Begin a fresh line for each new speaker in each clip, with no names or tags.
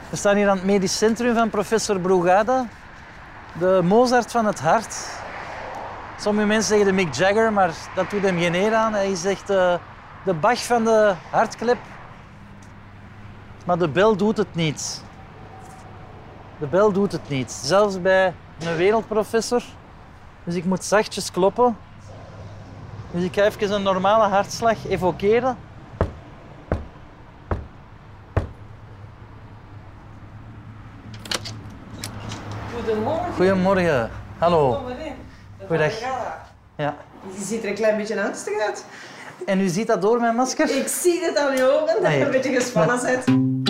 We staan hier aan het medisch centrum van professor Brugada. De Mozart van het hart. Sommige mensen zeggen de Mick Jagger, maar dat doet hem geen eer aan. Hij is echt de Bach van de hartklep. Maar de bel doet het niet. De bel doet het niet. Zelfs bij een wereldprofessor. Dus ik moet zachtjes kloppen. Dus ik ga even een normale hartslag evokeren.
Goedemorgen.
Goedemorgen. Hallo. Goeiedag. Ja.
Je ziet er een klein beetje angstig uit.
En u ziet dat door mijn masker?
Ik zie het aan je ogen, dat je een beetje gespannen bent.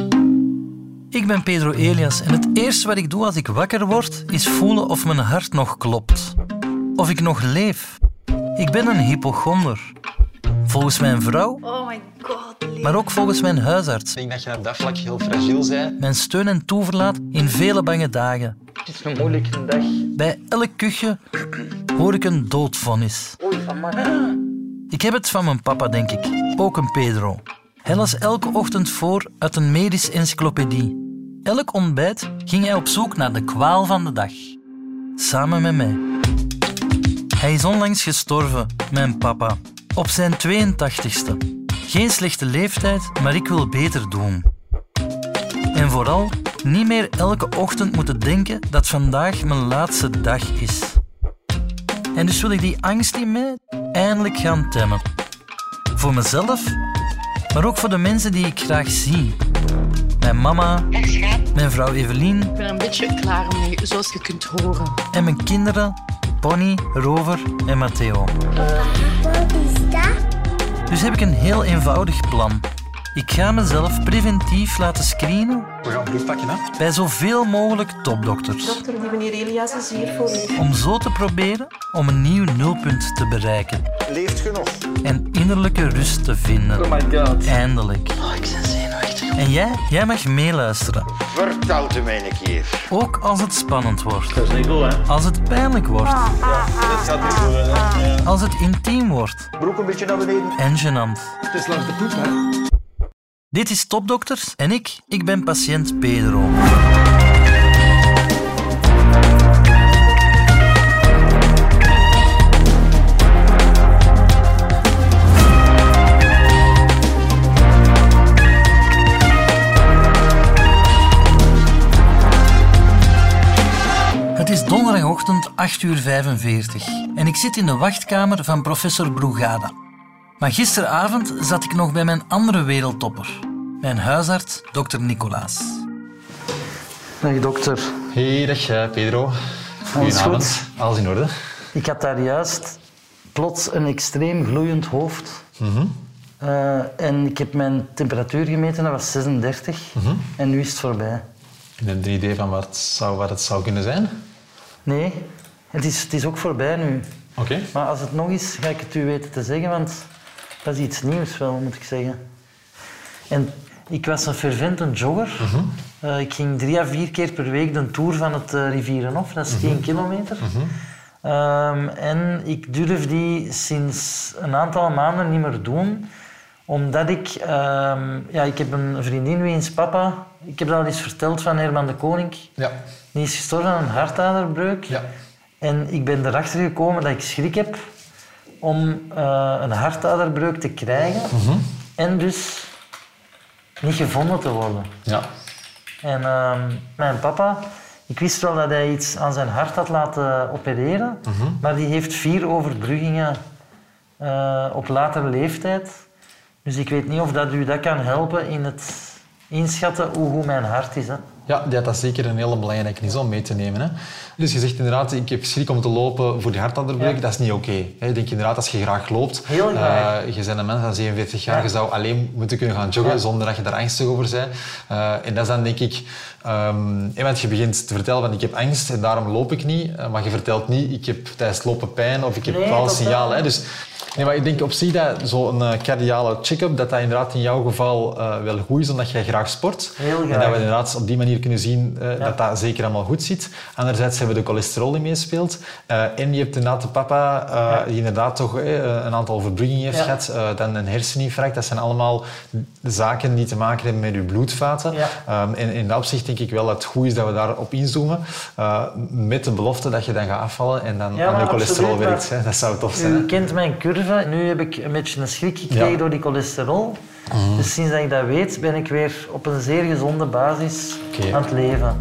Ik ben Pedro Elias en het eerste wat ik doe als ik wakker word, is voelen of mijn hart nog klopt. Of ik nog leef. Ik ben een hypochonder. Volgens mijn vrouw,
Oh my god,
maar ook volgens mijn huisarts.
Ik denk dat je op dat vlak heel fragiel bent.
Mijn steun en toeverlaat in vele bange dagen.
Het is een moeilijke dag.
Bij elk kuchje hoor ik een doodvonnis.
Oei, amai.
Ik heb het van mijn papa, denk ik. Ook een Pedro. Hij las elke ochtend voor uit een medische encyclopedie. Elk ontbijt ging hij op zoek naar de kwaal van de dag. Samen met mij. Hij is onlangs gestorven, mijn papa. Op zijn 82ste. Geen slechte leeftijd, maar ik wil beter doen. En vooral niet meer elke ochtend moeten denken dat vandaag mijn laatste dag is. En dus wil ik die angst in mij eindelijk gaan temmen. Voor mezelf, maar ook voor de mensen die ik graag zie. Mijn mama, mijn vrouw Evelien.
Ik ben een beetje klaar mee, zoals je kunt horen.
En mijn kinderen, Bonnie, Rover en Matteo.
Wat is dat?
Dus heb ik een heel eenvoudig plan. Ik ga mezelf preventief laten screenen
We gaan bloed pakken, hè?
bij zoveel mogelijk topdokters.
Dokter, die meneer Elias is hier voor u.
Om zo te proberen om een nieuw nulpunt te bereiken.
Leeft je nog?
En innerlijke rust te vinden.
Oh my god.
Eindelijk.
Oh, ik ben zenuwachtig.
En jij mag meeluisteren.
Vertel het mij een keer.
Ook als het spannend wordt.
Dat is niet goed, hè?
Als het pijnlijk wordt.
Dat gaat niet goed, hè?
Als het intiem wordt.
Broek een beetje naar beneden.
En gênant.
Het is langs de poep, hè?
Dit is Topdokters en ik ben patiënt Pedro. Het is donderdagochtend 8:45 en ik zit in de wachtkamer van professor Brugada. Maar gisteravond zat ik nog bij mijn andere wereldtopper, mijn huisarts, dokter Nicolaas. Dag dokter.
Hey, dag Pedro. Goedenavond.
goed?
Alles in orde?
Ik had daar juist plots een extreem gloeiend hoofd. En ik heb mijn temperatuur gemeten, dat was 36. En nu is het voorbij.
En heb je een idee van wat het zou kunnen zijn?
Nee, het is ook voorbij nu.
Oké.
Maar als het nog is, ga ik het u weten te zeggen, want dat is iets nieuws wel, moet ik zeggen. En ik was een fervente jogger. Ik ging 3 à 4 keer per week de tour van het Rivierenhof, dat is 10 kilometer. En ik durf die sinds een aantal maanden niet meer doen, omdat ik heb een vriendin, wiens papa, ik heb dat al eens verteld van Herman de Koning,
Ja.
die is gestorven aan een hartaderbreuk.
Ja.
En ik ben erachter gekomen dat ik schrik heb om een hartaderbreuk te krijgen en dus niet gevonden te worden.
Ja.
En mijn papa, ik wist wel dat hij iets aan zijn hart had laten opereren, maar die heeft 4 overbruggingen op latere leeftijd. Dus ik weet niet of dat u dat kan helpen in het inschatten hoe goed mijn hart is. Hè.
Ja, dat is zeker een hele belangrijke is om mee te nemen. Hè. Dus je zegt inderdaad, ik heb schrik om te lopen voor die hartaderbreuk.
Ja.
Dat is niet oké. Ik denk inderdaad, als je graag loopt,
Heel graag.
je bent een mens van 47 jaar,
Ja.
je zou alleen moeten kunnen gaan joggen zonder dat je daar angstig over bent. En dat is dan denk ik, want je begint te vertellen van ik heb angst en daarom loop ik niet. Maar je vertelt niet, ik heb tijdens het lopen pijn of ik heb
Nee,
bepaalde
totaal.
signalen. Hè. Dus Nee, maar ik denk op zich dat zo'n cardiale check-up, dat inderdaad in jouw geval wel goed is, omdat jij graag sport.
Heel graag.
En dat we inderdaad op die manier kunnen zien dat dat zeker allemaal goed zit. Anderzijds hebben we de cholesterol die meespeelt. En je hebt inderdaad de papa die inderdaad toch een aantal verbruggingen heeft gehad. Dan een herseninfarct. Dat zijn allemaal zaken die te maken hebben met je bloedvaten. Ja. En in dat opzicht denk ik wel dat het goed is dat we daarop inzoomen. Met de belofte dat je dan gaat afvallen en dan aan je cholesterol werkt. Hè. Dat zou tof zijn.
U kent mijn curve. Nu heb ik een beetje een schrik gekregen door die cholesterol. Dus sinds dat ik dat weet, ben ik weer op een zeer gezonde basis aan het leven.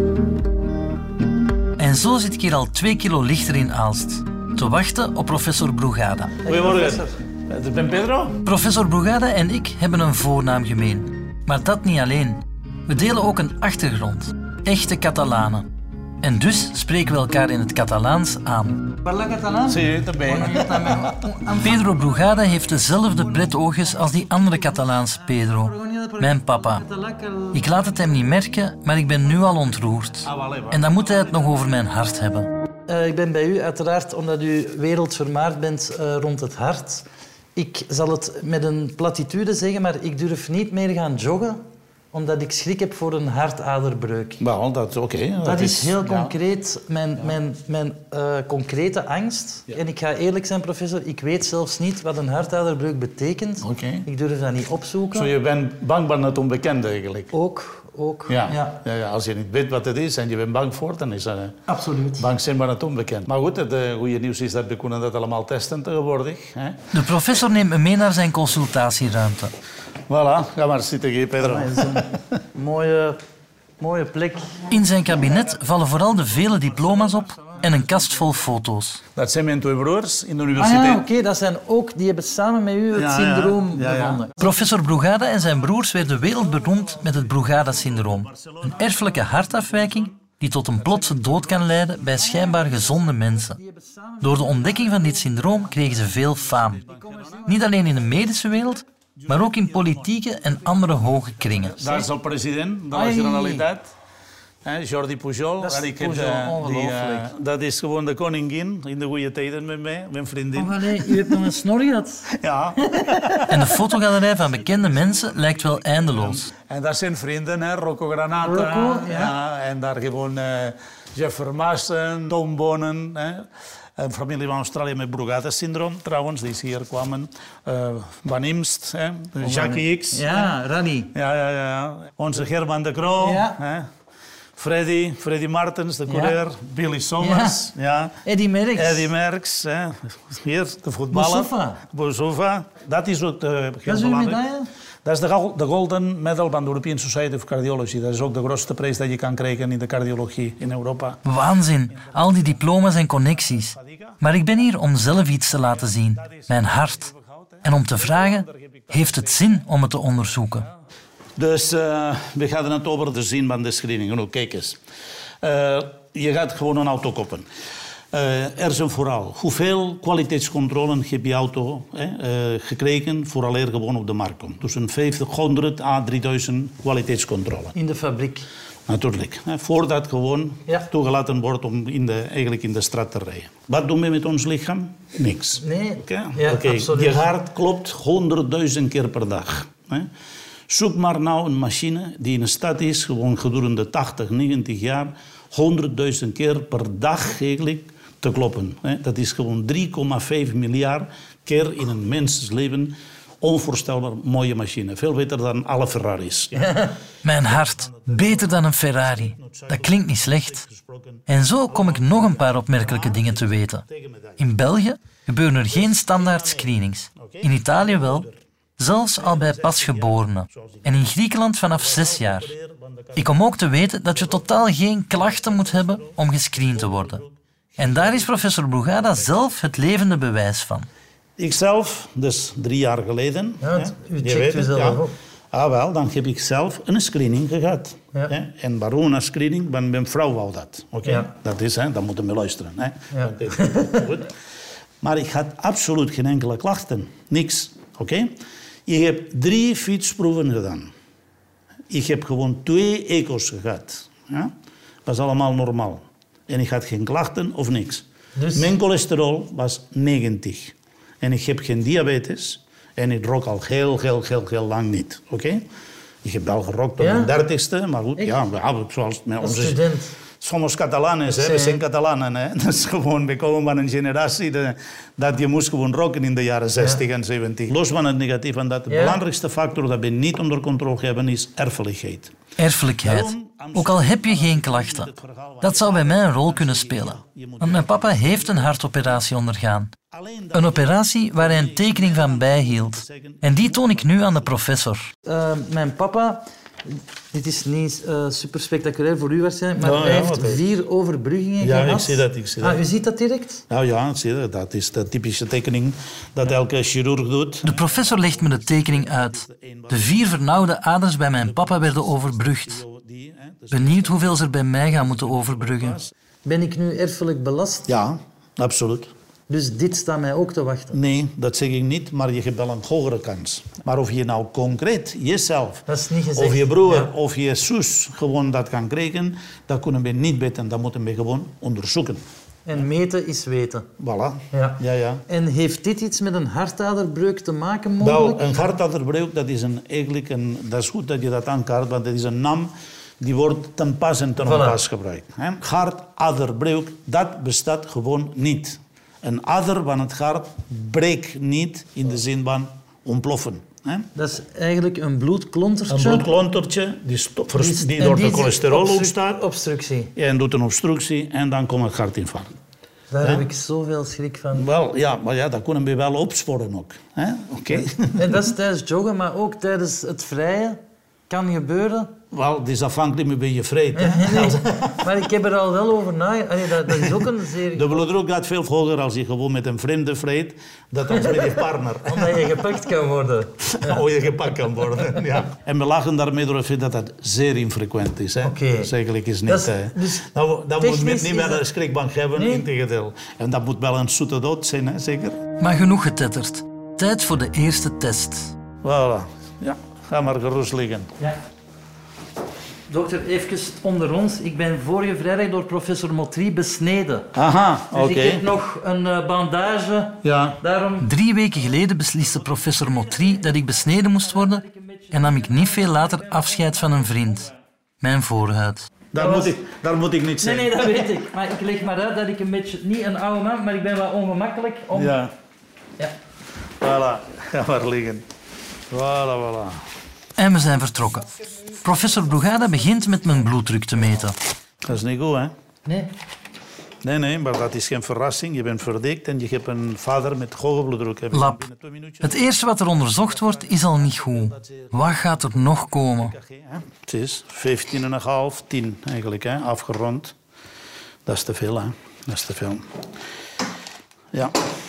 En zo zit ik hier al 2 kilo lichter in Aalst. Te wachten op professor Brugada.
Goedemorgen. Ik ben Pedro.
Professor Brugada en ik hebben een voornaam gemeen. Maar dat niet alleen. We delen ook een achtergrond. Echte Catalanen. En dus spreken we elkaar in het Catalaans aan.
Parla catalán? Sí, también.
Pedro Brugada heeft dezelfde pretoogjes als die andere Catalaanse Pedro. Mijn papa. Ik laat het hem niet merken, maar ik ben nu al ontroerd. En dan moet hij het nog over mijn hart hebben. Ik ben bij u uiteraard omdat u wereldvermaard bent rond het hart. Ik zal het met een platitude zeggen, maar ik durf niet meer gaan joggen omdat ik schrik heb voor een hartaderbreuk.
Nou, dat is oké.
Dat is heel concreet mijn concrete angst. Ja. En ik ga eerlijk zijn, professor, ik weet zelfs niet wat een hartaderbreuk betekent.
Okay.
Ik durf dat niet opzoeken.
Zo, je bent bang voor het onbekende eigenlijk?
Ook.
Ja. Als je niet weet wat het is en je bent bang voor, dan is dat
absoluut
bang zijn voor het onbekend. Maar goed, het goede nieuws is dat we kunnen dat allemaal testen tegenwoordig. Hè?
De professor neemt me mee naar zijn consultatieruimte.
Voilà, ga maar zitten hier, Pedro.
Mooie plek. In zijn kabinet vallen vooral de vele diploma's op en een kast vol foto's.
Dat zijn mijn 2 broers in de universiteit.
Oké, dat zijn ook, die hebben samen met u het syndroom bevonden. Professor Brugada en zijn broers werden wereldberoemd met het Brugada-syndroom. Een erfelijke hartafwijking die tot een plotse dood kan leiden bij schijnbaar gezonde mensen. Door de ontdekking van dit syndroom kregen ze veel faam. Niet alleen in de medische wereld, maar ook in politieke en andere hoge kringen.
Daar is al president, de nationaliteit. Jordi Pujol. Dat is gewoon de koningin in de goede tijden met mij, mijn vriendin.
Oh, nee, u hebt nog een snor gehad.
Ja.
En de fotogalerij van bekende mensen lijkt wel eindeloos.
En dat zijn vrienden, hè? Rocco Granata. En daar gewoon Jeff Vermaassen, Tom Bonen. Hè? Een familie van Australië met Brugada-syndroom, trouwens, die hier kwamen. Van Imst, hè? Jackie X.
Ja, Rani.
Ja. Onze German de Croo. Ja. Hè? Freddy Martens, de coureur. Billy Sommers. Ja.
Eddie Merckx.
Hè? Hier, de voetballer. Boussoufa. Dat is ook de...
Dat is uw medaille?
Dat is de Golden Medal van de European Society of Cardiology. Dat is ook de grootste prijs dat je kan krijgen in de cardiologie in Europa.
Waanzin, al die diploma's en connecties. Maar ik ben hier om zelf iets te laten zien, mijn hart. En om te vragen, heeft het zin om het te onderzoeken?
Dus we gaan het over de zin van de screening. Nou, kijk eens. Je gaat gewoon een auto kopen. Er zijn vooral hoeveel kwaliteitscontroles heb je auto gekregen vooraleer gewoon op de markt komt. Dus een 500 à 3000 kwaliteitscontroles.
In de fabriek?
Natuurlijk. Voordat gewoon toegelaten wordt om eigenlijk in de straat te rijden. Wat doen we met ons lichaam? Niks.
Nee.
Je hart klopt 100.000 keer per dag. Zoek maar nou een machine die in staat is, gewoon gedurende 80, 90 jaar, 100.000 keer per dag eigenlijk te kloppen. Dat is gewoon 3,5 miljard keer in een mensensleven. Onvoorstelbaar mooie machine. Veel beter dan alle Ferraris.
Mijn hart, beter dan een Ferrari. Dat klinkt niet slecht. En zo kom ik nog een paar opmerkelijke dingen te weten. In België gebeuren er geen standaard screenings. In Italië wel. Zelfs al bij pasgeborenen. En in Griekenland vanaf 6 jaar. Ik kom ook te weten dat je totaal geen klachten moet hebben om gescreend te worden. En daar is professor Brugada zelf het levende bewijs van.
Ikzelf, dus 3 jaar geleden.
U checkt u zelf op.
Wel, dan heb ik zelf een screening gehad. Ja. En waarom een screening? Want mijn vrouw wou dat. Ja. Dat is, dan moeten we luisteren. Ja. Goed. Maar ik had absoluut geen enkele klachten. Niks. Je hebt 3 fietsproeven gedaan. Ik heb gewoon 2 echo's gehad. Dat was allemaal normaal. En ik had geen klachten of niks. Dus... Mijn cholesterol was 90. En ik heb geen diabetes. En ik rook al heel lang niet. Oké? Ik heb al gerookt op mijn 30ste. Maar goed, zoals met
Als
onze...
student.
Somos Catalanes, hè? We zijn Catalanen. Hè? Dat is gewoon, we komen van een generatie dat je moest gewoon roken in de jaren 60 en 70. Los van het negatief, en dat de belangrijkste factor dat we niet onder controle hebben, is erfelijkheid.
Erfelijkheid. Ook al heb je geen klachten. Dat zou bij mij een rol kunnen spelen. Want mijn papa heeft een hartoperatie ondergaan. Een operatie waar hij een tekening van bijhield. En die toon ik nu aan de professor. Mijn papa... Dit is niet super spectaculair voor u waarschijnlijk, maar hij heeft 4 overbruggingen gehad.
Ja, ik zie dat.
U ziet dat direct?
Ja, ik zie dat. Dat is de typische tekening dat elke chirurg doet.
De professor legt me de tekening uit. De 4 vernauwde aders bij mijn papa werden overbrugd. Benieuwd hoeveel ze er bij mij gaan moeten overbruggen. Ben ik nu erfelijk belast?
Ja, absoluut.
Dus dit staat mij ook te wachten?
Nee, dat zeg ik niet, maar je hebt wel een hogere kans. Maar of je nou concreet jezelf,
dat is niet gezegd.
Of je broer of je zus gewoon dat kan krijgen, dat kunnen we niet weten. Dat moeten we gewoon onderzoeken.
En meten is weten.
Voilà.
Ja. En heeft dit iets met een hartaderbreuk te maken mogelijk?
Wel, een hartaderbreuk, dat is dat is goed dat je dat aankaart, want dat is een naam die wordt ten pas en ten onpas gebruikt. Hartaderbreuk, dat bestaat gewoon niet. Een ader van het hart breekt niet in de zin van ontploffen.
Dat is eigenlijk een bloedklontertje.
Een bloedklontertje die door de cholesterol ontstaat.
Obstructie.
En doet een obstructie en dan komt het hartinfarct.
Daar heb ik zoveel schrik van.
Wel, ja, maar dat kunnen we wel opsporen ook. Oké.
En dat is tijdens joggen, maar ook tijdens het vrije kan gebeuren.
Wel, het is afhankelijk met wie je vreet.
Nee, maar ik heb er al wel over nagedacht. Dat is ook een zeer...
De bloeddruk gaat veel hoger als je gewoon met een vreemde vreet, dan met je partner.
Omdat je gepakt kan worden.
Ja. Je gepakt kan worden, ja. En we lachen daarmee door het feit dat dat zeer infrequent is.
Okay.
Dat is eigenlijk niet...
Dus
dat moet men niet meer een schrikbank hebben, integendeel. En dat moet wel een zoete dood zijn, hè? Zeker.
Maar genoeg getetterd. Tijd voor de eerste test.
Voilà. Ja, ga maar gerust liggen.
Ja. Dokter, even onder ons. Ik ben vorige vrijdag door professor Motry besneden.
Aha, oké.
Dus ik heb nog een bandage.
Ja.
Daarom... 3 weken geleden besliste professor Motry dat ik besneden moest worden en nam ik niet veel later afscheid van een vriend. Mijn voorhuid.
Daar moet ik niet zijn.
Nee, dat weet ik. Maar ik leg maar uit dat ik een beetje... Niet een oude man, maar ik ben wat ongemakkelijk om...
Ja.
Ja.
Voilà, ga maar liggen. Voilà.
En we zijn vertrokken. Professor Brugada begint met mijn bloeddruk te meten.
Dat is niet goed, hè?
Nee.
Nee, maar dat is geen verrassing. Je bent verdikt en je hebt een vader met hoge bloeddruk.
Lab. Het eerste wat er onderzocht wordt, is al niet goed. Wat gaat er nog komen?
Het is 15,5, 10 eigenlijk, hè? Afgerond. Dat is te veel, hè? Dat is te veel. Ja.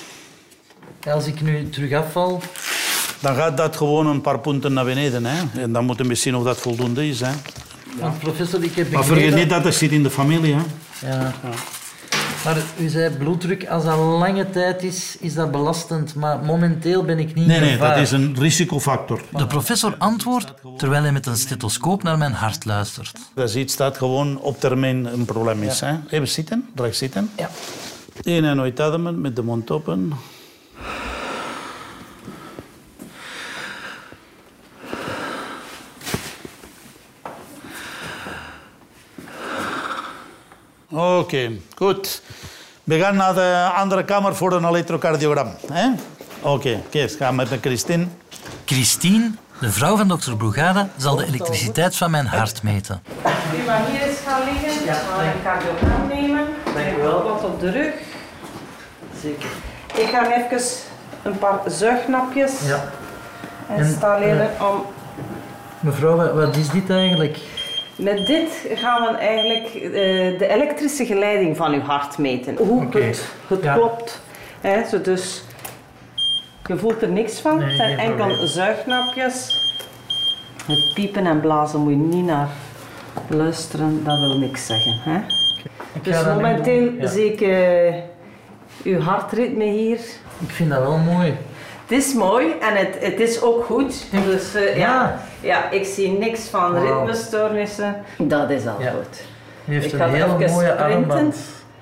Als ik nu terug afval...
Dan gaat dat gewoon een paar punten naar beneden, hè? En dan moeten we zien of dat voldoende is, hè?
Want professor, ik heb
Maar vergeet niet dat het zit in de familie, hè?
Ja. Maar u zei bloeddruk, als dat lange tijd is dat belastend. Maar momenteel ben ik niet in
Nee,
gevaar.
dat is een risicofactor.
De professor antwoordt terwijl hij met een stethoscoop naar mijn hart luistert.
Dat is iets dat gewoon op termijn een probleem is, hè? Even zitten, recht zitten.
Ja.
In- en uitademen met de mond open. Oké, goed. We gaan naar de andere kamer voor een elektrocardiogram. Oké, ga met de Christine.
Christine, de vrouw van dokter Brugada, zal de elektriciteit van mijn hart meten.
U mag hier eens gaan liggen. Ja. Een cardiogram nemen.
Dank u wel.
Wat op de rug.
Zeker.
Ik ga even een paar zuignapjes installeren om...
Mevrouw, wat is dit eigenlijk?
Met dit gaan we eigenlijk de elektrische geleiding van uw hart meten. Hoe het klopt. Dus je voelt er niks van. Het zijn enkel zuignapjes. Het piepen en blazen moet je niet naar luisteren, dat wil niks zeggen. Hè? Dus momenteel zie ik uw hartritme hier.
Ik vind dat wel mooi.
Het is mooi en het is ook goed. Dus ja, ik zie niks van ritmestoornissen. Dat is al goed.
U heeft
ik
een
ga
hele
even
mooie
sprinten.
armband.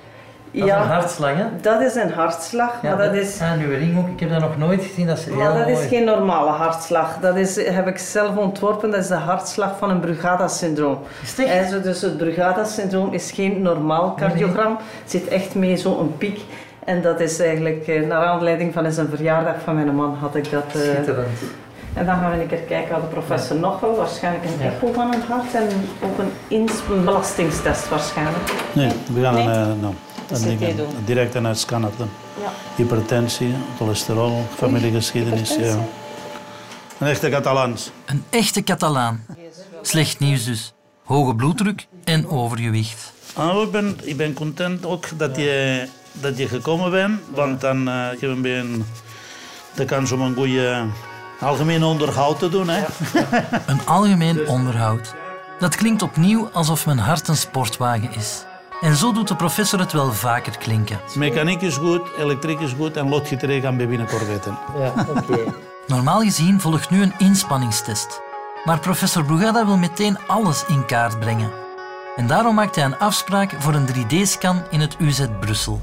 Dat is een hartslag, hè?
Dat is een hartslag,
Ja,
maar dat is...
En uw ring ook. Ik heb dat nog nooit gezien. Dat is heel
Maar dat
mooi.
is geen normale hartslag. Dat heb ik zelf ontworpen. Dat is de hartslag van een Brugada-syndroom.
Is het echt?
Dus het Brugada-syndroom is geen normaal cardiogram. Het zit echt mee zo'n piek. En dat is eigenlijk, naar aanleiding van zijn verjaardag van mijn man had ik dat...
Schitterend.
En dan gaan we een keer kijken wat de professor nog wil. Waarschijnlijk een echo van een hart en ook een belastingstest waarschijnlijk.
Nee, we gaan
CT doen.
direct naar het scannen.
Ja.
Hypertensie, cholesterol, familiegeschiedenis. Ja. Een echte Catalaans.
Een echte Catalaan. Slecht nieuws dus. Hoge bloeddruk en overgewicht.
Ik ben content ook dat je gekomen bent, want dan heb je een beetje de kans om een goede algemeen onderhoud te doen. Hè?
Een algemeen onderhoud. Dat klinkt opnieuw alsof mijn hart een sportwagen is. En zo doet de professor het wel vaker klinken.
Mechaniek is goed, elektriek is goed en loodgieterij gaan bij binnenkorvetten.
Ja, oké. Normaal gezien volgt nu een inspanningstest. Maar professor Brugada wil meteen alles in kaart brengen. En daarom maakt hij een afspraak voor een 3D-scan in het UZ Brussel.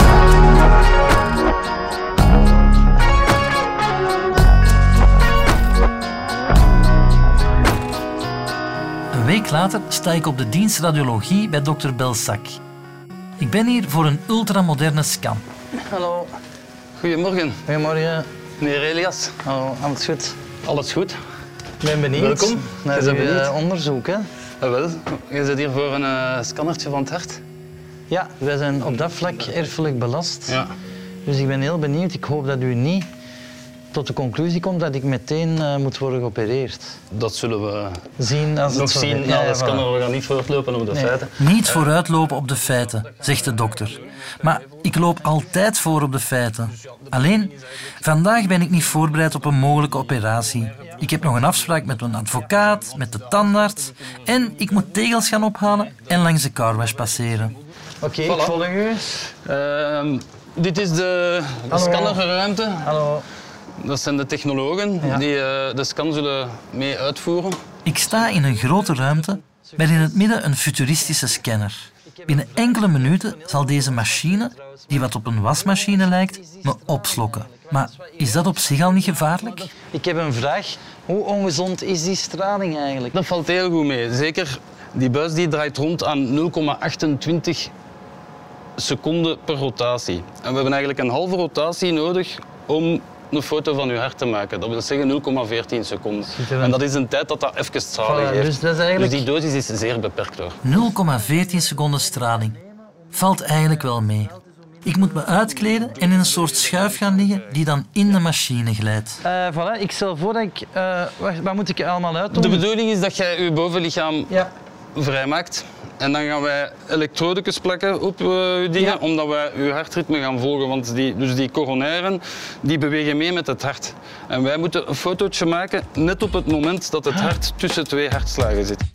Een week later sta ik op de dienst radiologie bij dokter Belsac. Ik ben hier voor een ultramoderne scan.
Hallo. Goedemorgen.
Goedemorgen.
Meneer Elias.
Hallo, alles goed?
Alles goed?
Ik ben benieuwd
Welkom.
naar
Je bent
uw
benieuwd?
onderzoek. Hè?
Wel, je zit hier voor een scannertje van het hart.
Ja, wij zijn op dat vlak erfelijk belast.
Ja.
Dus ik ben heel benieuwd. Ik hoop dat u niet tot de conclusie komt dat ik meteen moet worden geopereerd.
Dat zullen we
Zien als
nog
het zo
zien
is.
na de
Ja,
scanner.
voilà.
We gaan niet voortlopen op de feiten.
Niet vooruitlopen op de feiten, zegt de dokter. Maar ik loop altijd voor op de feiten. Alleen, vandaag ben ik niet voorbereid op een mogelijke operatie. Ik heb nog een afspraak met mijn advocaat, met de tandarts en ik moet tegels gaan ophalen en langs de carwash passeren. Oké, ik
Voilà.
volg u.
Dit is de
Hallo.
scannerruimte.
Hallo.
Dat zijn de technologen
Ja.
die de scan zullen mee uitvoeren.
Ik sta in een grote ruimte met in het midden een futuristische scanner. Binnen enkele minuten zal deze machine, die wat op een wasmachine lijkt, me opslokken. Maar is dat op zich al niet gevaarlijk? Ik heb een vraag. Hoe ongezond is die straling eigenlijk?
Dat valt heel goed mee. Zeker die buis die draait rond aan 0,28 seconden per rotatie. En we hebben eigenlijk een halve rotatie nodig om een foto van uw hart te maken. Dat wil zeggen 0,14 seconden.
Schitterend.
En dat is een tijd dat even straling
Voilà,
heeft.
dus dat is eigenlijk-
Dus die dosis is zeer beperkt hoor.
0,14 seconden straling. Valt eigenlijk wel mee. Ik moet me uitkleden en in een soort schuif gaan liggen die dan in de machine glijdt. Voilà, ik stel voor dat ik... wat moet ik allemaal uitdoen?
De bedoeling is dat jij je bovenlichaam
Ja.
vrijmaakt. En dan gaan wij elektrodekjes plakken op je dingen,
Ja.
omdat wij je hartritme gaan volgen. Want die coronairen die bewegen mee met het hart. En wij moeten een fotootje maken net op het moment dat het hart tussen twee hartslagen zit.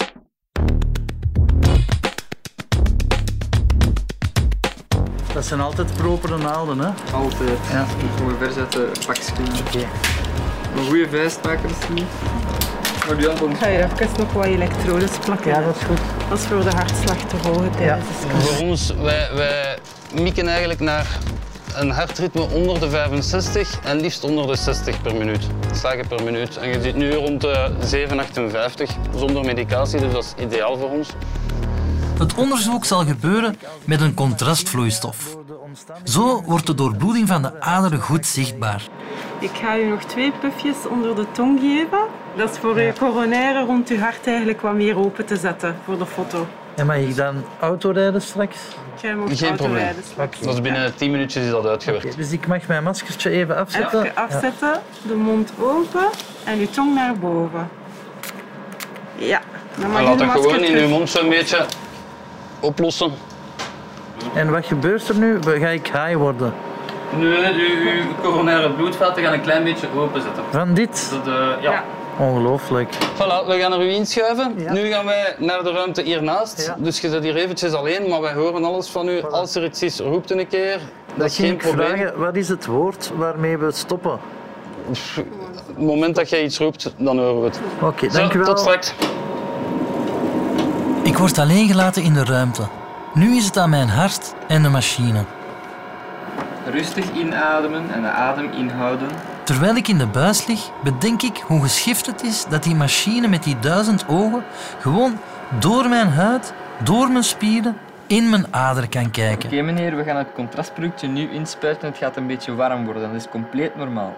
Dat zijn altijd propere naalden, hè?
Altijd.
Ja.
Gewoon vers uit de pakje. Een goede vijsmaker is niet. Maar die album.
Ik ga hier even nog wat elektrodes plakken.
Ja, dat is goed.
Dat is voor de hartslag te volgen tijdens de scan.
Voor ons, wij mikken eigenlijk naar een hartritme onder de 65 en liefst onder de 60 per minuut. Slagen per minuut. En je zit nu rond de 7,58 zonder medicatie, dus dat is ideaal voor ons.
Het onderzoek zal gebeuren met een contrastvloeistof. Zo wordt de doorbloeding van de aderen goed zichtbaar.
Ik ga u nog 2 pufjes onder de tong geven. Dat is voor uw coronaire rond uw hart eigenlijk wat meer open te zetten voor de foto.
En mag ik dan autorijden straks?
Jij mag
Geen probleem.
autorijden straks.
Dat is binnen 10 minuutjes is dat uitgewerkt.
Oké, dus ik mag mijn maskertje even afzetten.
Even afzetten, de mond open en uw tong naar boven. Ja, dan mag
En
u
laat
de
dat
masker
gewoon in
terug.
uw mond zo'n beetje oplossen.
Ja. En wat gebeurt er nu? Ga ik high worden?
Nu, uw coronaire bloedvaten gaan een klein beetje openzetten.
Van dit?
Ja.
Ongelooflijk.
Voilà, we gaan er u inschuiven. Nu gaan wij naar de ruimte hiernaast.
Ja.
Dus je zit hier eventjes alleen, maar wij horen alles van u. Als er iets is, roept een keer. Dat is geen
ik
probleem.
vragen, wat is het woord waarmee we stoppen?
Op het moment dat jij iets roept, dan horen we het.
Oké,
Zo,
dankjewel.
tot straks.
Ik word alleen gelaten in de ruimte. Nu is het aan mijn hart en de machine.
Rustig inademen en de adem inhouden.
Terwijl ik in de buis lig, bedenk ik hoe geschift het is dat die machine met die 1000 ogen gewoon door mijn huid, door mijn spieren, in mijn aderen kan kijken.
Oké, meneer, we gaan het contrastproductje nu inspuiten en het gaat een beetje warm worden. Dat is compleet normaal.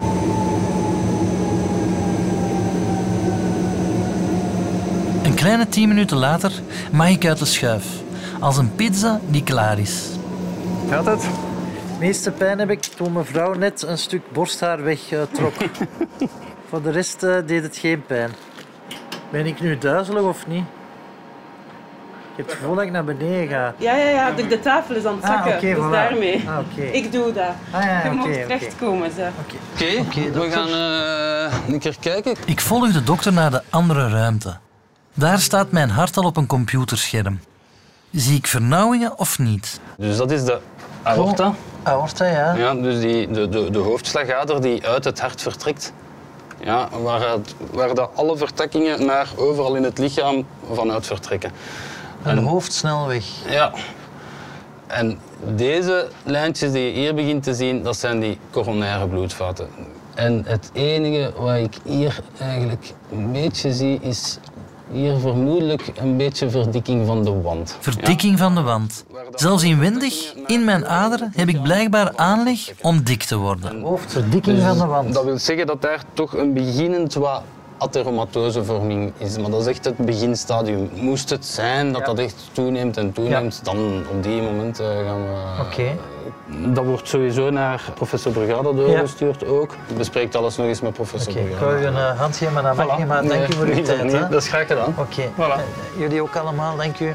Een kleine 10 minuten later mag ik uit de schuif, als een pizza die klaar is. Gaat het? De meeste pijn heb ik toen mevrouw net een stuk borsthaar wegtrok. Voor de rest deed het geen pijn. Ben ik nu duizelig of niet? Ik heb het gevoel dat ik naar beneden ga.
Ja, de tafel is aan het zakken,
okay,
dus
voilà.
daarmee.
Okay.
Ik doe dat. Je moet terechtkomen.
Oké, we gaan een keer kijken.
Ik volg de dokter naar de andere ruimte. Daar staat mijn hart al op een computerscherm. Zie ik vernauwingen of niet?
Dus dat is de aorta.
Oh, aorta, ja.
Ja, dus de hoofdslagader die uit het hart vertrekt. Ja, waar alle vertakkingen naar overal in het lichaam vanuit vertrekken.
Een hoofdsnelweg.
Ja. En deze lijntjes die je hier begint te zien, dat zijn die coronaire bloedvaten. En het enige wat ik hier eigenlijk een beetje zie, is hier vermoedelijk een beetje verdikking van de wand.
Verdikking van de wand. Zelfs inwendig, in mijn aderen, heb ik blijkbaar aanleg om dik te worden. Hoofdverdikking van de wand.
Dat wil zeggen dat daar toch een beginnend wat atheromatosevorming is. Maar dat is echt het beginstadium. Moest het zijn dat dat echt toeneemt en toeneemt, dan op die momenten gaan we...
Oké.
Dat wordt sowieso naar professor Brugada doorgestuurd ook. Bespreekt alles nog eens met professor Brugada.
Ik wou je een hand geven, maar dat mag niet. Maar dank u voor uw tijd. Hè?
Dat is graag gedaan.
Oké.
Voilà.
Jullie ook allemaal, dank u.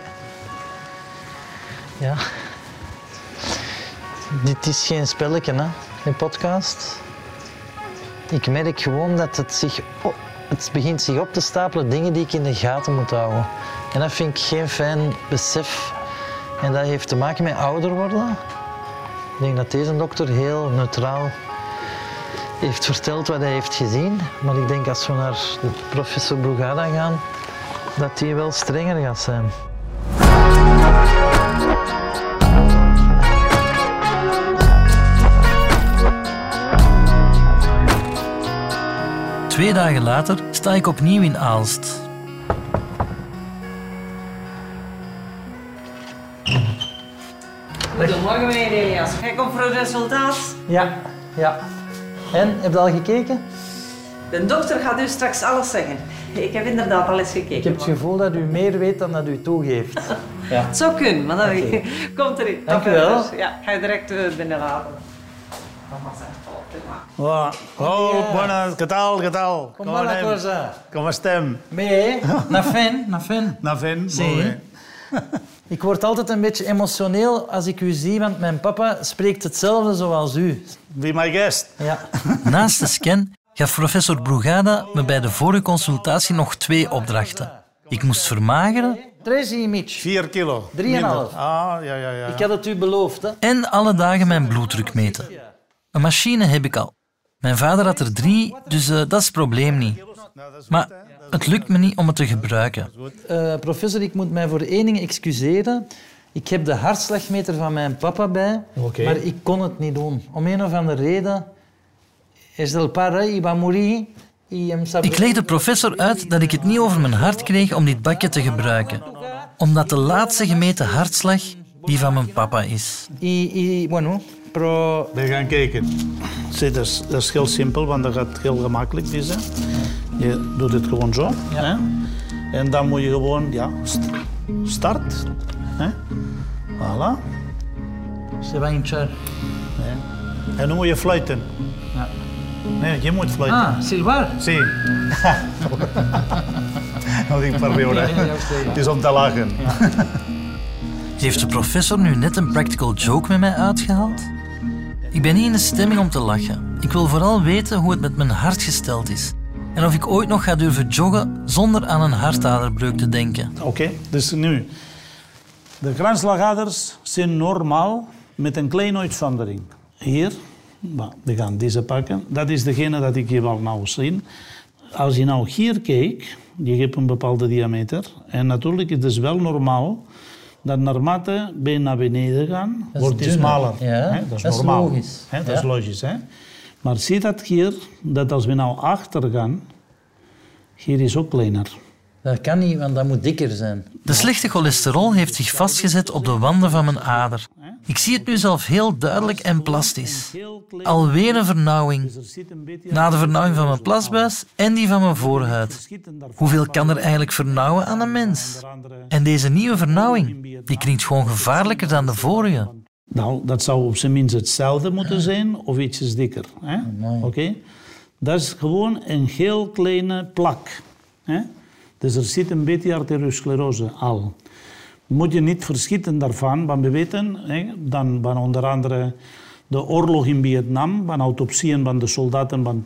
Ja. Dit is geen spelletje, hè? Een podcast. Ik merk gewoon dat het begint zich op te stapelen, dingen die ik in de gaten moet houden. En dat vind ik geen fijn besef. En dat heeft te maken met ouder worden. Ik denk dat deze dokter heel neutraal heeft verteld wat hij heeft gezien. Maar ik denk als we naar de professor Brugada gaan, dat die wel strenger gaat zijn. 2 dagen later sta ik opnieuw in Aalst.
Goedemorgen meneer Elias. Jij komt voor het resultaat?
Ja. En, heb je al gekeken?
De dokter gaat u straks alles zeggen. Ik heb inderdaad al eens gekeken.
Ik heb het gevoel dat u meer weet dan dat u toegeeft. Ja.
Het zou kunnen, maar dan komt erin.
Dank u wel.
Ja, ga je direct binnenlaten.
Oh, buenas, ¿qué tal?
¿Cómo va la cosa?
¿Cómo estem?
Mee, na fin.
Na fin?
Sí. Ik word altijd een beetje emotioneel als ik u zie, want mijn papa spreekt hetzelfde zoals u.
Be my guest.
Ja. Naast de scan gaf professor Brugada me bij de vorige consultatie nog 2 opdrachten. Ik moest vermageren.
4 kilo.
3,5.
Ah, ja.
Ik had het u beloofd, hè. En alle dagen mijn bloeddruk meten. Een machine heb ik al. Mijn vader had er 3, dus dat is het probleem niet. Maar het lukt me niet om het te gebruiken. Professor, ik moet mij voor 1 ding excuseren. Ik heb de hartslagmeter van mijn papa bij, maar ik kon het niet doen. Om een of andere reden... Ik leg de professor uit dat ik het niet over mijn hart kreeg om dit bakje te gebruiken. Omdat de laatste gemeten hartslag die van mijn papa is.
We gaan kijken. Zie, dat is heel simpel, want dat gaat heel gemakkelijk is. Hè. Je doet het gewoon zo. Ja. Hè. En dan moet je gewoon, start. Hè. Voilà.
Silvaintje.
Nee. En nu moet je fluiten.
Ja.
Nee, je moet fluiten.
Ah, Silvar?
Sí. Dat ik per het is om te lachen.
Ja. Heeft de professor nu net een practical joke met mij uitgehaald? Ik ben niet in de stemming om te lachen. Ik wil vooral weten hoe het met mijn hart gesteld is. En of ik ooit nog ga durven joggen zonder aan een hartaderbreuk te denken.
Oké, dus nu. De kransslagaders zijn normaal met een kleine uitzondering. Hier, we gaan deze pakken. Dat is degene dat ik hier wil nou zien. Als je nou hier kijkt, je hebt een bepaalde diameter. En natuurlijk is het wel normaal dat naarmate je naar beneden gaat, wordt het
dunner.
smaller.
Ja,
Hè? Dat is
dat is
normaal.
logisch.
Hè? Dat
Ja.
is logisch. Hè? Maar zie dat hier, dat als we nou achter gaan, hier is ook kleiner.
Dat kan niet, want dat moet dikker zijn. De slechte cholesterol heeft zich vastgezet op de wanden van mijn ader. Ik zie het nu zelf heel duidelijk en plastisch. Alweer een vernauwing. Na de vernauwing van mijn plasbuis en die van mijn voorhuid. Hoeveel kan er eigenlijk vernauwen aan een mens? En deze nieuwe vernauwing, die klinkt gewoon gevaarlijker dan de vorige.
Nou, dat zou op zijn minst hetzelfde moeten zijn of ietsjes dikker. Oké? Dat is gewoon een heel kleine plak. Hè? Dus er zit een beetje arteriosclerose al. Moet je niet verschieten daarvan, want we weten dan van onder andere de oorlog in Vietnam, van autopsieën van de soldaten van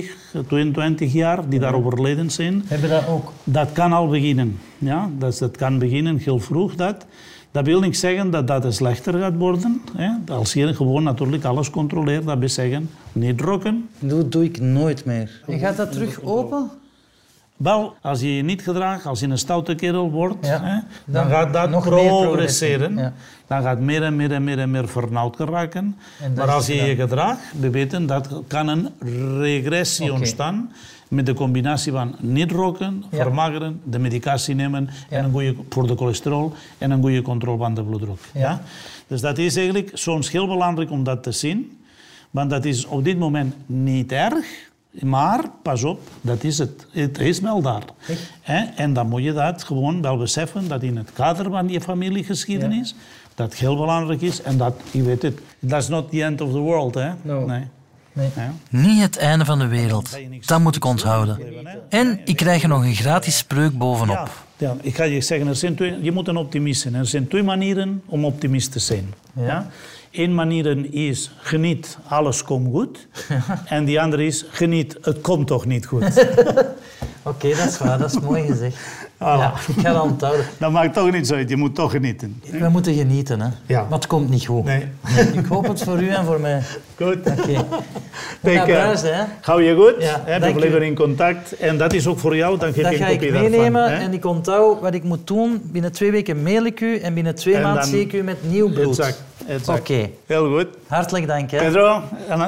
22 jaar die daar overleden zijn.
Hebben we dat ook?
Dat kan al beginnen. Ja? Dat kan beginnen heel vroeg. Dat wil niet zeggen dat dat slechter gaat worden. Hè? Als je gewoon natuurlijk alles controleert, dat wil zeggen niet roken.
Dat doe ik nooit meer. En gaat dat terug open?
Wel, als je je niet gedraagt, als je een stoute kerel wordt, dan gaat dat
nog meer
progresseren.
Ja.
Dan gaat meer en meer vernauwd geraken. Maar als je je gedraagt, we weten dat kan een regressie ontstaan met de combinatie van niet roken, vermageren, de medicatie nemen en een goede voor de cholesterol en een goede controle van de bloeddruk. Ja. Dus dat is eigenlijk soms heel belangrijk om dat te zien, want dat is op dit moment niet erg. Maar, pas op, dat is het. Het is wel daar. En dan moet je dat gewoon wel beseffen, dat in het kader van je familiegeschiedenis, dat heel belangrijk is. En dat, je weet het, that's not the end of the world. Hè?
No.
Nee. Ja.
Niet het einde van de wereld. Dat moet ik onthouden. En ik krijg er nog een gratis spreuk bovenop.
Ja, ik ga je zeggen, je moet een optimist zijn. Er zijn twee manieren om optimist te zijn. Ja? Eén manier is geniet, alles komt goed. En die andere is geniet, het komt toch niet goed.
Oké, dat is waar, dat is mooi gezegd. Ja, ik ga dat onthouden.
Dat maakt toch niet zo uit, je moet toch genieten.
We moeten genieten, hè.
Ja.
Maar het komt niet goed.
Nee.
Ik hoop het voor u en voor mij.
Goed.
Oké. Naar huis, hè.
Hou je goed?
Ja,
We blijven in contact. En dat is ook voor jou, dan geef
dat
ik een
ga
kopie
ik
daarvan.
meenemen
Hè?
en ik onthoud wat ik moet doen. Binnen 2 weken mail ik u en binnen 2 maanden
dan-
zie ik u met nieuw bloed.
Exact.
Oké.
Heel goed.
Hartelijk dank, hè.
Pedro,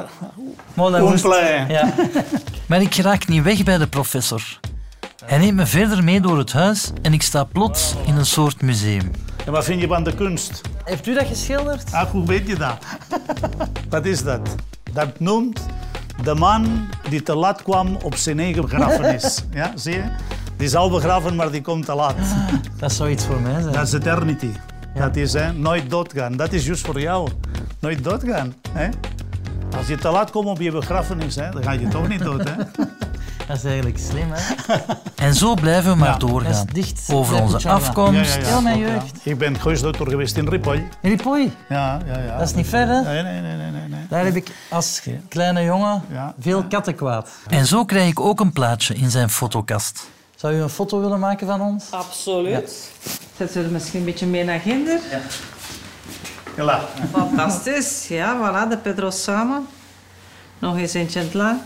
Un
plaisir.
Ja. Maar ik raak niet weg bij de professor. Hij neemt me verder mee door het huis en ik sta plots in een soort museum.
En wat vind je van de kunst?
Heeft u dat geschilderd?
Ah, hoe weet je dat? Wat is dat? Dat noemt de man die te laat kwam op zijn eigen begrafenis. Ja, zie je? Die is al begraven, maar die komt te laat.
Dat zou iets voor mij zijn.
Dat is eternity. Dat is nooit doodgaan. Dat is juist voor jou. Nooit doodgaan. Hè? Als je te laat komt op je begrafenis, dan ga je toch niet dood. Hè?
Dat is eigenlijk slim, hè? En zo blijven we maar doorgaan.
dat is dicht
over
bij
onze
Pujalla.
afkomst.
Heel mijn jeugd.
Ik ben huisdokter geweest in Ripoll.
Ripoll?
Ja.
Dat is niet ver, hè?
Nee.
Daar heb ik als kleine jongen veel kattenkwaad. En zo krijg ik ook een plaatje in zijn fotokast. Zou u een foto willen maken van ons?
Absoluut. Zetten we er misschien een beetje mee naar ginder?
Ja. Hela.
Fantastisch. Ja, voilà, de Pedro samen. Nog eens eentje in het lang.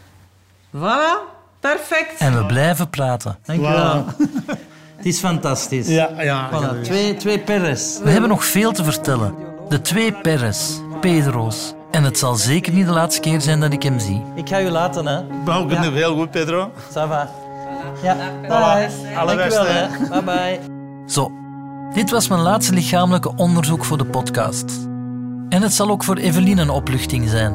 Voilà, perfect.
En we blijven praten.
Dank u wel.
Het is fantastisch.
Ja.
Voilà, twee Perres. We hebben nog veel te vertellen. De 2 Perres, Pedro's. En het zal zeker niet de laatste keer zijn dat ik hem zie. Ik ga u laten, hè.
Nou, heel goed, Pedro.
Ça va. Ja, bye.
Alle beste,
hè. Bye bye. Zo, dit was mijn laatste lichamelijke onderzoek voor de podcast. En het zal ook voor Evelien een opluchting zijn.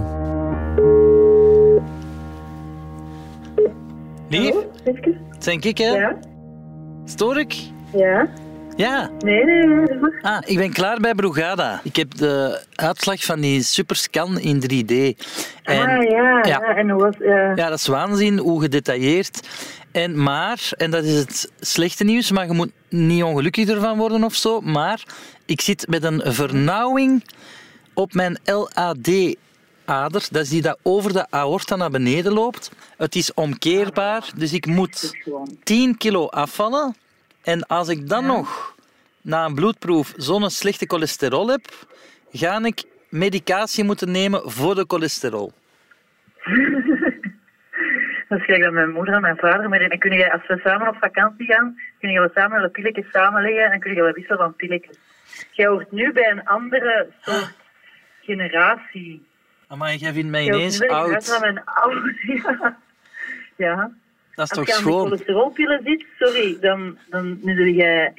Lief? Het zijn ik, hè?
Ja.
Stoor ik?
Ja.
Ja.
Nee.
Ah, ik ben klaar bij Brugada. Ik heb de uitslag van die superscan in 3D. En,
Ja. En hoe was...
Ja, dat is waanzin, hoe gedetailleerd. En dat is het slechte nieuws, maar je moet niet ongelukkig ervan worden of zo. Maar ik zit met een vernauwing op mijn LAD-ader. Dat is die dat over de aorta naar beneden loopt. Het is omkeerbaar, dus ik moet 10 kilo afvallen. En als ik dan nog na een bloedproef zo'n slechte cholesterol heb, ga ik medicatie moeten nemen voor de cholesterol.
Dat is gelijk dat mijn moeder en mijn vader met en kun je, als we samen op vakantie gaan, kun je wel samen de pilletjes samenleggen en kun je wel wisselen van pilletjes. Jij hoort nu bij een andere soort generatie.
Amai, jij vindt mij ineens oud.
Van mijn ouders, ja. Ja.
Dat is
als
toch schoon?
Als je aan de cholesterolpillen zit, sorry, dan liggen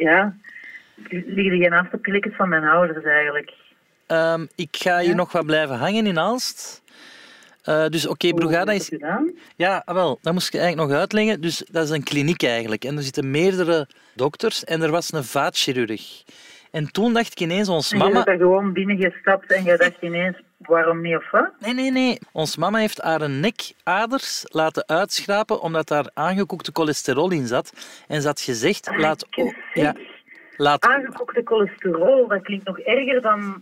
jij naast de pilletjes van mijn ouders eigenlijk.
Ik ga hier nog wat blijven hangen in Aalst. Dus oké, Brugada is... Ja, wel, dat moest ik eigenlijk nog uitleggen. Dus dat is een kliniek eigenlijk. En er zitten meerdere dokters en er was een vaatchirurg. En toen dacht ik ineens, ons mama...
En je bent daar gewoon binnengestapt en je dacht ineens, waarom niet of wat?
Nee. Ons mama heeft haar nekaders laten uitschrapen omdat daar aangekookte cholesterol in zat. En ze had gezegd,
Aangekookte cholesterol, dat klinkt nog erger dan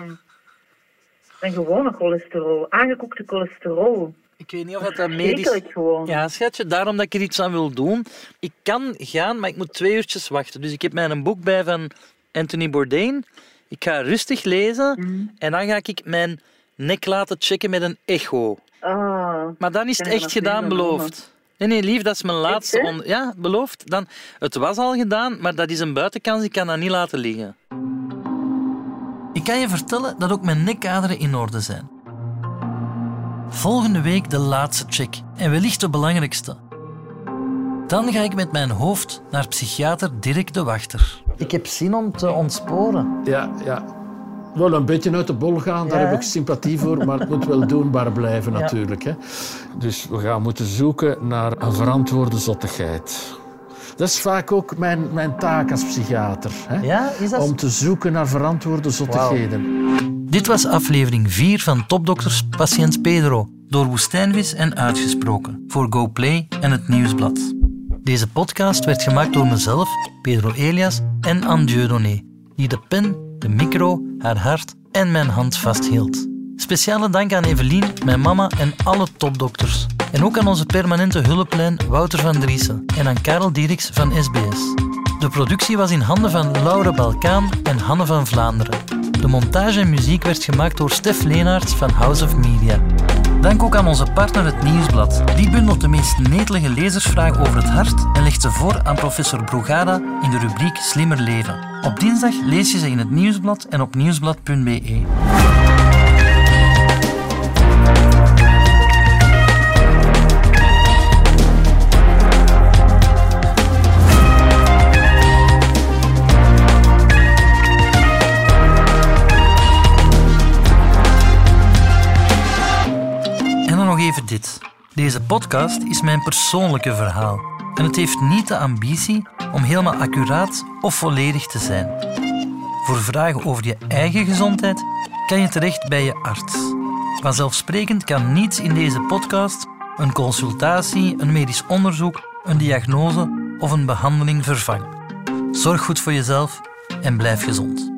gewone cholesterol. Aangekookte cholesterol.
Ik weet niet of dat medisch...
Gewoon.
Ja, schatje, daarom dat ik er iets aan wil doen. Ik kan gaan, maar ik moet 2 uurtjes wachten. Dus ik heb mij een boek bij van Anthony Bourdain. Ik ga rustig lezen en dan ga ik mijn nek laten checken met een echo. Maar dan is het echt gedaan, beloofd. Nee, lief, dat is mijn laatste... Ja, beloofd. Dan, het was al gedaan, maar dat is een buitenkans. Ik kan dat niet laten liggen. Ik kan je vertellen dat ook mijn nekaderen in orde zijn. Volgende week de laatste check. En wellicht de belangrijkste. Dan ga ik met mijn hoofd naar psychiater Dirk de Wachter. Ik heb zin om te ontsporen.
Ja. Wel een beetje uit de bol gaan, daar heb ik sympathie voor, maar het moet wel doenbaar blijven natuurlijk. Hè. Dus we gaan moeten zoeken naar een verantwoorde zottigheid. Dat is vaak ook mijn taak als psychiater. Hè?
Ja, is dat...
Om te zoeken naar verantwoorde zottigheden.
Wow. Dit was aflevering 4 van Topdokters Patiënt Pedro, door Woestijnvis en uitgesproken, voor GoPlay en het Nieuwsblad. Deze podcast werd gemaakt door mezelf, Pedro Elias en Anne Dieudonné, die de pen, de micro, haar hart en mijn hand vasthield. Speciale dank aan Evelien, mijn mama en alle topdokters. En ook aan onze permanente hulplijn Wouter van Driessen en aan Karel Dieriks van SBS. De productie was in handen van Laura Balkaan en Hanne van Vlaanderen. De montage en muziek werd gemaakt door Stef Leenaerts van House of Media. Dank ook aan onze partner Het Nieuwsblad. Die bundelt de meest netelige lezersvragen over het hart en legt ze voor aan professor Brugada in de rubriek Slimmer Leven. Op dinsdag lees je ze in Het Nieuwsblad en op nieuwsblad.be. Even dit. Deze podcast is mijn persoonlijke verhaal en het heeft niet de ambitie om helemaal accuraat of volledig te zijn. Voor vragen over je eigen gezondheid kan je terecht bij je arts. Vanzelfsprekend kan niets in deze podcast een consultatie, een medisch onderzoek, een diagnose of een behandeling vervangen. Zorg goed voor jezelf en blijf gezond.